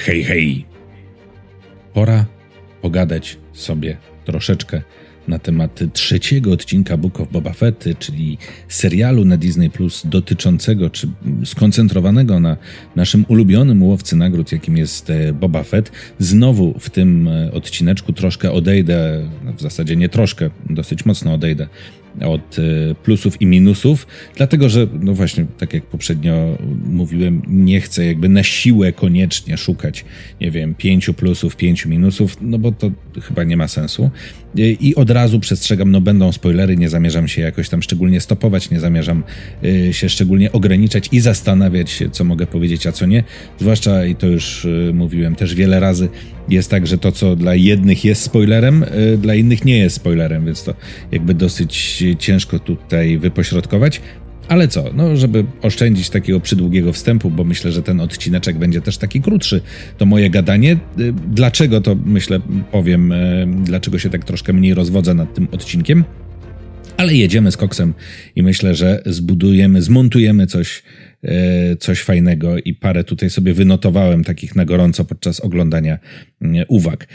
Hej, hej! Pora pogadać sobie troszeczkę na temat trzeciego odcinka Book of Boba Fett, czyli serialu na Disney Plus dotyczącego, czy skoncentrowanego na naszym ulubionym łowcy nagród, jakim jest Boba Fett. Znowu w tym odcineczku troszkę odejdę, w zasadzie nie troszkę, dosyć mocno odejdę od plusów i minusów, dlatego że, no właśnie, tak jak poprzednio mówiłem, nie chcę jakby na siłę koniecznie szukać, nie wiem, 5 plusów, 5 minusów, no bo to chyba nie ma sensu. I od razu przestrzegam, no będą spoilery, nie zamierzam się jakoś tam szczególnie stopować, nie zamierzam się szczególnie ograniczać i zastanawiać się, co mogę powiedzieć, a co nie. Zwłaszcza, i to już mówiłem też wiele razy, jest tak, że to, co dla jednych jest spoilerem, dla innych nie jest spoilerem, więc to jakby dosyć ciężko tutaj wypośrodkować. Ale co, no żeby oszczędzić takiego przydługiego wstępu, bo myślę, że ten odcineczek będzie też taki krótszy, to moje gadanie. Dlaczego to, myślę, powiem, dlaczego się tak troszkę mniej rozwodzę nad tym odcinkiem. Ale jedziemy z koksem i myślę, że zmontujemy coś fajnego i parę tutaj sobie wynotowałem takich na gorąco podczas oglądania uwag.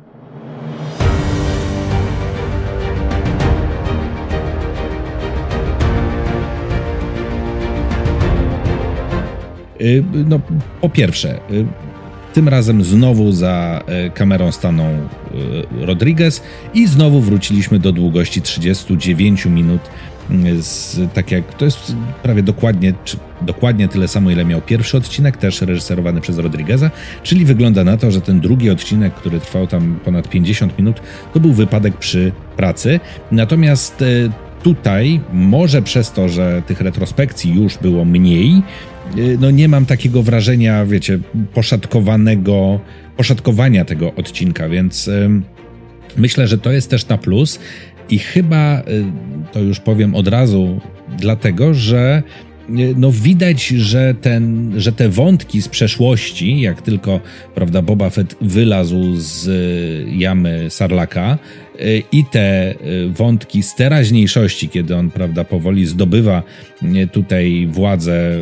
No, po pierwsze, tym razem znowu za kamerą stanął Rodriguez i znowu wróciliśmy do długości 39 minut. Tak jak to jest prawie dokładnie tyle samo, ile miał pierwszy odcinek, też reżyserowany przez Rodrigueza, czyli wygląda na to, że ten drugi odcinek, który trwał tam ponad 50 minut, to był wypadek przy pracy. Natomiast tutaj, może przez to, że tych retrospekcji już było mniej, no nie mam takiego wrażenia, wiecie, poszatkowania tego odcinka, więc myślę, że to jest też na plus i chyba, to już powiem od razu, dlatego, że no widać, że te wątki z przeszłości, jak tylko, prawda, Boba Fett wylazł z jamy Sarlacca, i te wątki z teraźniejszości, kiedy on, prawda, powoli zdobywa tutaj władzę,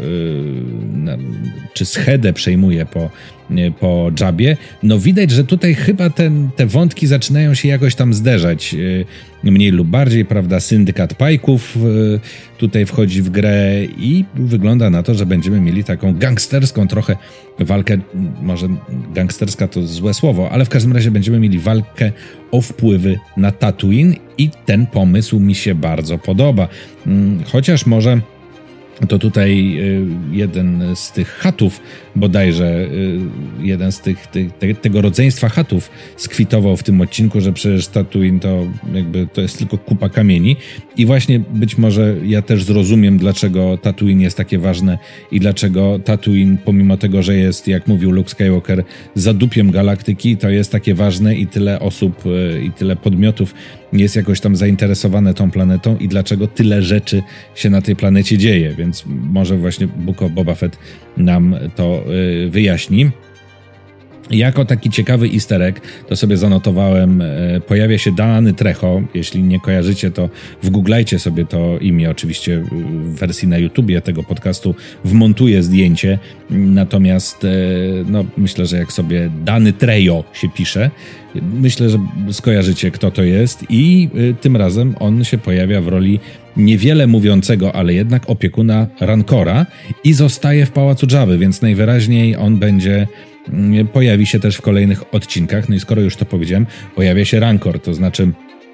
czy schedę przejmuje po Jabbie, no widać, że tutaj chyba te wątki zaczynają się jakoś tam zderzać, mniej lub bardziej, prawda, syndykat Pajków tutaj wchodzi w grę i wygląda na to, że będziemy mieli taką gangsterską trochę walkę, może gangsterska to złe słowo, ale w każdym razie będziemy mieli walkę o wpływy na Tatooine i ten pomysł mi się bardzo podoba. Chociaż może to tutaj jeden z tych chatów, bodajże jeden z tego rodzeństwa chatów skwitował w tym odcinku, że przecież Tatooine to jest tylko kupa kamieni i właśnie być może ja też zrozumiem, dlaczego Tatooine jest takie ważne i dlaczego Tatooine, pomimo tego, że jest, jak mówił Luke Skywalker, zadupiem galaktyki, to jest takie ważne i tyle osób i tyle podmiotów jest jakoś tam zainteresowane tą planetą i dlaczego tyle rzeczy się na tej planecie dzieje, więc może właśnie Book of Boba Fett nam to wyjaśni. Jako taki ciekawy easter egg, to sobie zanotowałem, pojawia się Danny Trejo, jeśli nie kojarzycie, to wgooglajcie sobie to imię, oczywiście w wersji na YouTubie tego podcastu wmontuję zdjęcie, natomiast no, myślę, że jak sobie Danny Trejo się pisze, myślę, że skojarzycie, kto to jest i tym razem on się pojawia w roli niewiele mówiącego, ale jednak opiekuna Rancora i zostaje w pałacu Jabby, więc najwyraźniej on pojawi się też w kolejnych odcinkach. No i skoro już to powiedziałem, pojawia się Rancor, to znaczy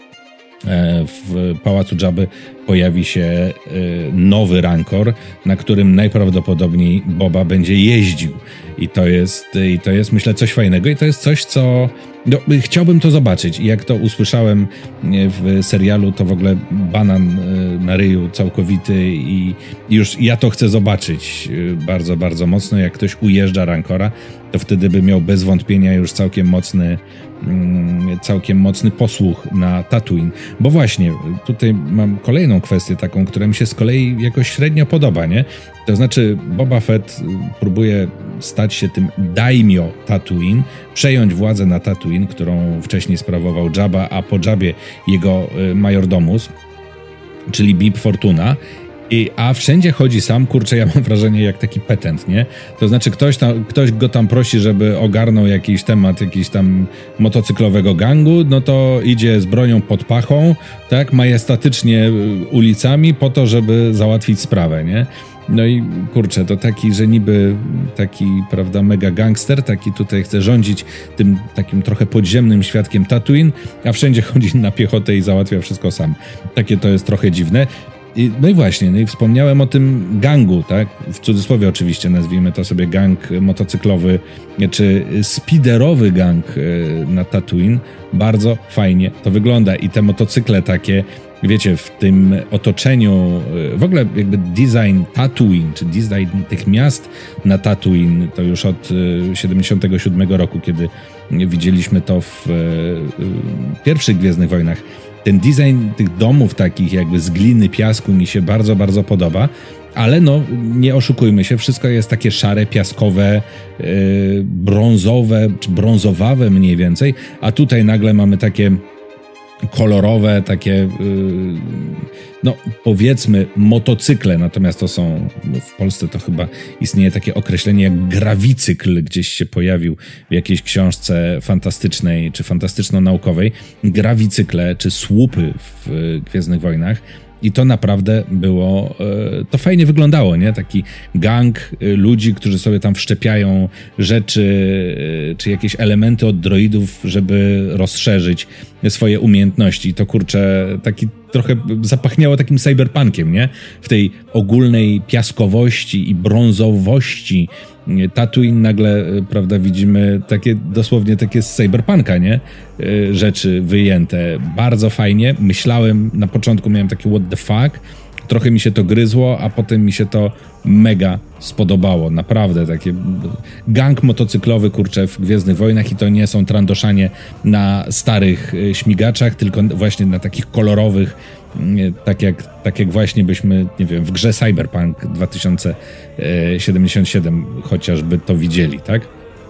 w pałacu Jabby pojawi się nowy Rancor, na którym najprawdopodobniej Boba będzie jeździł. I to jest myślę coś fajnego i to jest coś, co chciałbym to zobaczyć. I jak to usłyszałem w serialu, to w ogóle banan na ryju całkowity i już ja to chcę zobaczyć bardzo, bardzo mocno. Jak ktoś ujeżdża Rancora, to wtedy by miał bez wątpienia już całkiem mocny posłuch na Tatooine. Bo właśnie, tutaj mam kolejną kwestię taką, która mi się z kolei jakoś średnio podoba, nie? To znaczy Boba Fett próbuje stać się tym daimyo Tatooine, przejąć władzę na Tatooine, którą wcześniej sprawował Jabba, a po Jabbie jego majordomus, czyli Bib Fortuna. A wszędzie chodzi sam, kurczę, ja mam wrażenie jak taki petent, nie? To znaczy ktoś go tam prosi, żeby ogarnął jakiś temat, jakiś tam motocyklowego gangu, no to idzie z bronią pod pachą, tak, majestatycznie ulicami po to, żeby załatwić sprawę, nie? No i kurczę, to taki, że niby taki, prawda, mega gangster, taki tutaj chce rządzić tym takim trochę podziemnym świadkiem Tatooine, a wszędzie chodzi na piechotę i załatwia wszystko sam. Takie to jest trochę dziwne. No i właśnie, no i wspomniałem o tym gangu, tak? W cudzysłowie oczywiście nazwijmy to sobie gang motocyklowy, czy speederowy gang na Tatooine. Bardzo fajnie to wygląda i te motocykle takie, wiecie, w tym otoczeniu, w ogóle jakby design Tatooine, czy design tych miast na Tatooine, to już od 77 roku, kiedy widzieliśmy to w pierwszych Gwiezdnych Wojnach. Ten design tych domów takich jakby z gliny, piasku mi się bardzo, bardzo podoba, ale no nie oszukujmy się, wszystko jest takie szare, piaskowe, brązowe, czy brązowawe mniej więcej, a tutaj nagle mamy takie kolorowe, takie no powiedzmy motocykle, natomiast to są, w Polsce to chyba istnieje takie określenie jak grawicykl, gdzieś się pojawił w jakiejś książce fantastycznej czy fantastyczno-naukowej, grawicykle czy słupy w Gwiezdnych Wojnach. I to naprawdę było, to fajnie wyglądało, nie? Taki gang ludzi, którzy sobie tam wszczepiają rzeczy, czy jakieś elementy od droidów, żeby rozszerzyć swoje umiejętności. To kurczę, taki trochę zapachniało takim cyberpunkiem, nie? W tej ogólnej piaskowości i brązowości Tatooine nagle, prawda, widzimy takie, dosłownie takie z cyberpunka, nie? Rzeczy wyjęte. Bardzo fajnie. Myślałem, na początku miałem takie what the fuck, trochę mi się to gryzło, a potem mi się to mega spodobało. Naprawdę, takie gang motocyklowy, kurczę, w Gwiezdnych Wojnach i to nie są trandoszanie na starych śmigaczach, tylko właśnie na takich kolorowych, tak jak właśnie byśmy, nie wiem, w grze Cyberpunk 2077 chociażby to widzieli, tak?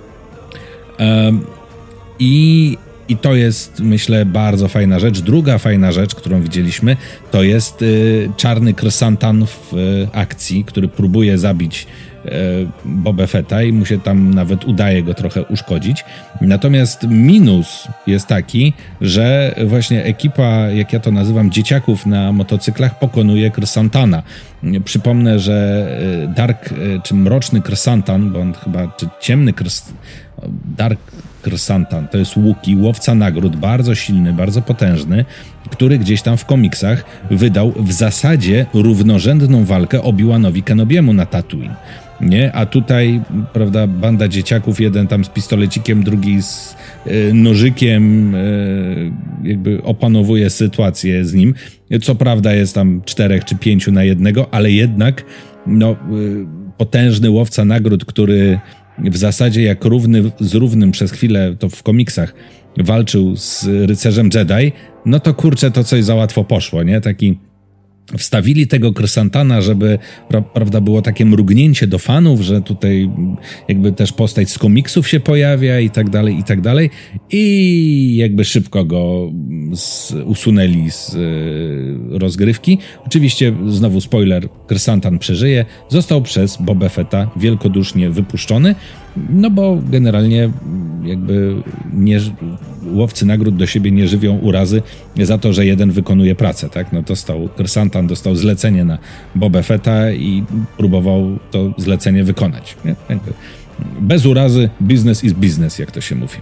I to jest, myślę, bardzo fajna rzecz. Druga fajna rzecz, którą widzieliśmy, to jest czarny Krsantan w akcji, który próbuje zabić Boba Fetta i mu się tam nawet udaje go trochę uszkodzić. Natomiast minus jest taki, że właśnie ekipa, jak ja to nazywam, dzieciaków na motocyklach pokonuje Krsantana. Przypomnę, że Dark, czy mroczny Krsantan, bo on chyba, czy ciemny Dark Krsantan, to jest Wookiee, łowca nagród, bardzo silny, bardzo potężny, który gdzieś tam w komiksach wydał w zasadzie równorzędną walkę Obi-Wanowi Kenobiemu na Tatooine. Nie? A tutaj, prawda, banda dzieciaków, jeden tam z pistolecikiem, drugi z nożykiem, jakby opanowuje sytuację z nim. Co prawda jest tam 4 czy 5 na jednego, ale jednak no, potężny łowca nagród, który w zasadzie jak równy z równym przez chwilę, to w komiksach, walczył z rycerzem Jedi, no to kurczę, to coś za łatwo poszło, nie? Taki wstawili tego Krsantana, żeby, prawda, było takie mrugnięcie do fanów, że tutaj jakby też postać z komiksów się pojawia i tak dalej, i tak dalej. I jakby szybko go usunęli z rozgrywki. Oczywiście, znowu spoiler, Krsantan przeżyje. Został przez Boba Fetta wielkodusznie wypuszczony, no bo generalnie jakby łowcy nagród do siebie nie żywią urazy za to, że jeden wykonuje pracę, tak? No Krsantan dostał zlecenie na Boba Fetta i próbował to zlecenie wykonać. Nie? Jakby bez urazy, business is business, jak to się mówi.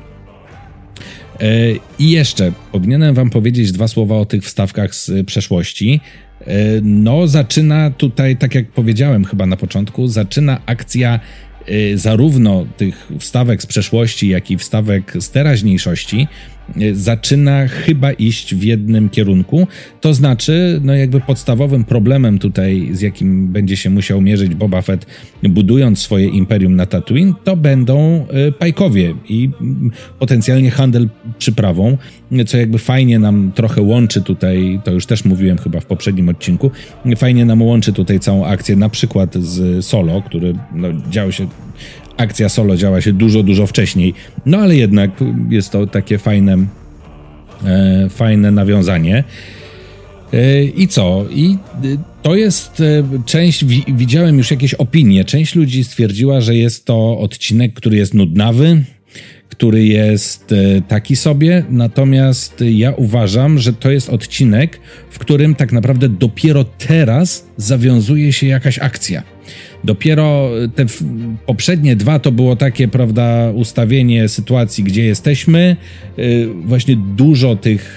I jeszcze powinienem wam powiedzieć 2 słowa o tych wstawkach z przeszłości. No zaczyna tutaj, tak jak powiedziałem chyba na początku, zaczyna akcja zarówno tych wstawek z przeszłości, jak i wstawek z teraźniejszości zaczyna chyba iść w jednym kierunku. To znaczy, no jakby podstawowym problemem tutaj, z jakim będzie się musiał mierzyć Boba Fett, budując swoje imperium na Tatooine, to będą pajkowie i potencjalnie handel przyprawą, co jakby fajnie nam trochę łączy tutaj, to już też mówiłem chyba w poprzednim odcinku, fajnie nam łączy tutaj całą akcję, na przykład z Solo, który no, akcja Solo działa się dużo, dużo wcześniej, no ale jednak jest to takie fajne nawiązanie. I co? I to jest część, widziałem już jakieś opinie, część ludzi stwierdziła, że jest to odcinek, który jest nudnawy, który jest taki sobie, natomiast ja uważam, że to jest odcinek, w którym tak naprawdę dopiero teraz zawiązuje się jakaś akcja. Dopiero te poprzednie dwa to było takie, prawda, ustawienie sytuacji, gdzie jesteśmy, właśnie dużo tych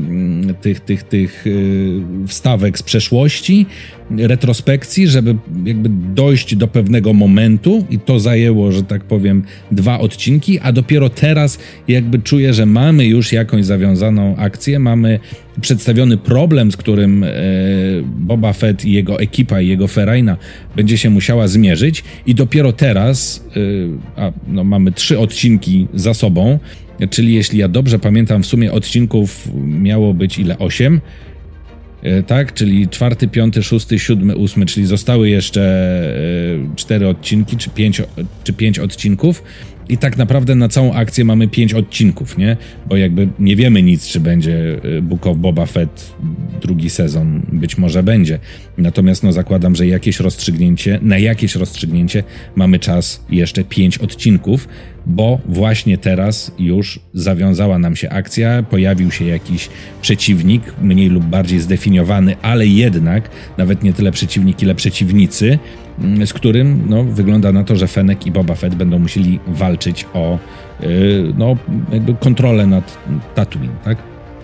wstawek z przeszłości, retrospekcji, żeby jakby dojść do pewnego momentu i to zajęło, że tak powiem, 2 odcinki, a dopiero teraz jakby czuję, że mamy już jakąś zawiązaną akcję, mamy przedstawiony problem, z którym Boba Fett i jego ekipa i jego ferajna będzie się musiała zmierzyć i dopiero teraz, mamy 3 odcinki za sobą, czyli jeśli ja dobrze pamiętam, w sumie odcinków miało być 8? Tak, czyli 4., 5., 6., 7., 8, czyli zostały jeszcze 4 odcinki, czy 5 odcinków i tak naprawdę na całą akcję mamy 5 odcinków, nie? Bo jakby nie wiemy nic, czy będzie Book of Boba Fett 2. sezon, być może będzie. Natomiast zakładam, że na jakieś rozstrzygnięcie mamy czas jeszcze 5 odcinków, bo właśnie teraz już zawiązała nam się akcja, pojawił się jakiś przeciwnik, mniej lub bardziej zdefiniowany, ale jednak nawet nie tyle przeciwnik, ile przeciwnicy, z którym wygląda na to, że Fennec i Boba Fett będą musieli walczyć o jakby kontrolę nad Tatooine, tak?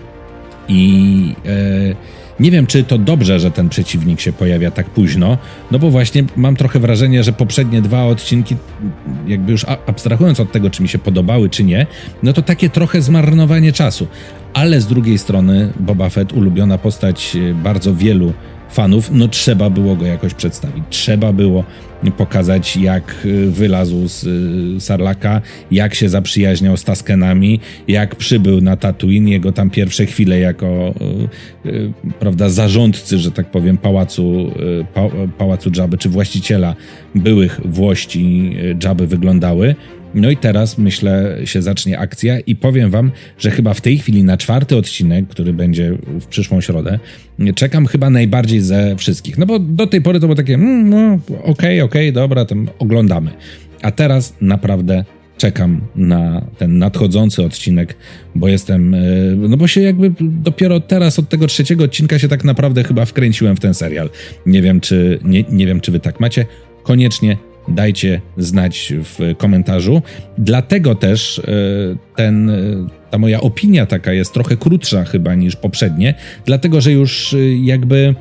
I nie wiem, czy to dobrze, że ten przeciwnik się pojawia tak późno, bo właśnie mam trochę wrażenie, że poprzednie 2 odcinki, jakby już abstrahując od tego, czy mi się podobały, czy nie, to takie trochę zmarnowanie czasu. Ale z drugiej strony Boba Fett, ulubiona postać bardzo wielu fanów, trzeba było go jakoś przedstawić. Trzeba było pokazać, jak wylazł z Sarlacca, jak się zaprzyjaźniał z Tuskenami, jak przybył na Tatooine, jego tam pierwsze chwile jako prawda, zarządcy, że tak powiem, pałacu Jabby, czy właściciela byłych włości Jabby wyglądały. I teraz, myślę, się zacznie akcja i powiem wam, że chyba w tej chwili na 4. odcinek, który będzie w przyszłą środę, czekam chyba najbardziej ze wszystkich. Bo do tej pory to było takie, okej, dobra, tam oglądamy. A teraz naprawdę czekam na ten nadchodzący odcinek, bo jestem, bo się jakby dopiero teraz od tego 3. odcinka się tak naprawdę chyba wkręciłem w ten serial. Nie wiem, czy wy tak macie. Koniecznie dajcie znać w komentarzu. Dlatego też ta moja opinia taka jest trochę krótsza chyba niż poprzednie, dlatego że już jakby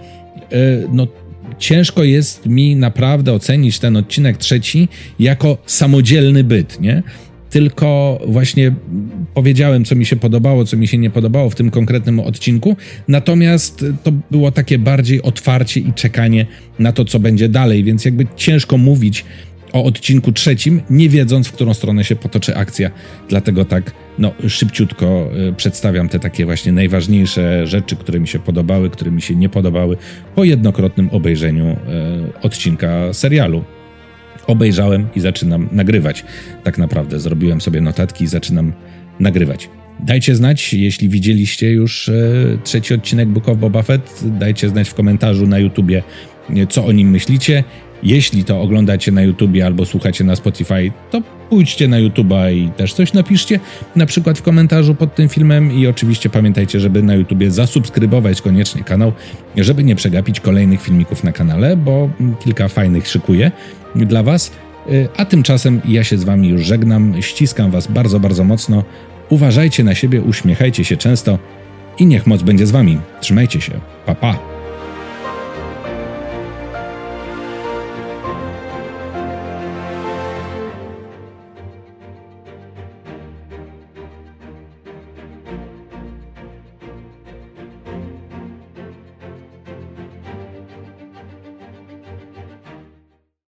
ciężko jest mi naprawdę ocenić ten odcinek 3 jako samodzielny byt, nie? Tylko właśnie powiedziałem, co mi się podobało, co mi się nie podobało w tym konkretnym odcinku, natomiast to było takie bardziej otwarcie i czekanie na to, co będzie dalej, więc jakby ciężko mówić o odcinku 3, nie wiedząc, w którą stronę się potoczy akcja, dlatego tak szybciutko przedstawiam te takie właśnie najważniejsze rzeczy, które mi się podobały, które mi się nie podobały, po jednokrotnym obejrzeniu odcinka serialu. Obejrzałem i zaczynam nagrywać. Tak naprawdę zrobiłem sobie notatki i zaczynam nagrywać. Dajcie znać, jeśli widzieliście już 3. odcinek Book of Boba Fett. Dajcie znać w komentarzu na YouTubie, co o nim myślicie. Jeśli to oglądacie na YouTubie albo słuchacie na Spotify, to pójdźcie na YouTube'a i też coś napiszcie, na przykład w komentarzu pod tym filmem i oczywiście pamiętajcie, żeby na YouTubie zasubskrybować koniecznie kanał, żeby nie przegapić kolejnych filmików na kanale, bo kilka fajnych szykuję dla was. A tymczasem ja się z wami już żegnam, ściskam was bardzo, bardzo mocno. Uważajcie na siebie, uśmiechajcie się często i niech moc będzie z wami. Trzymajcie się. Pa, pa.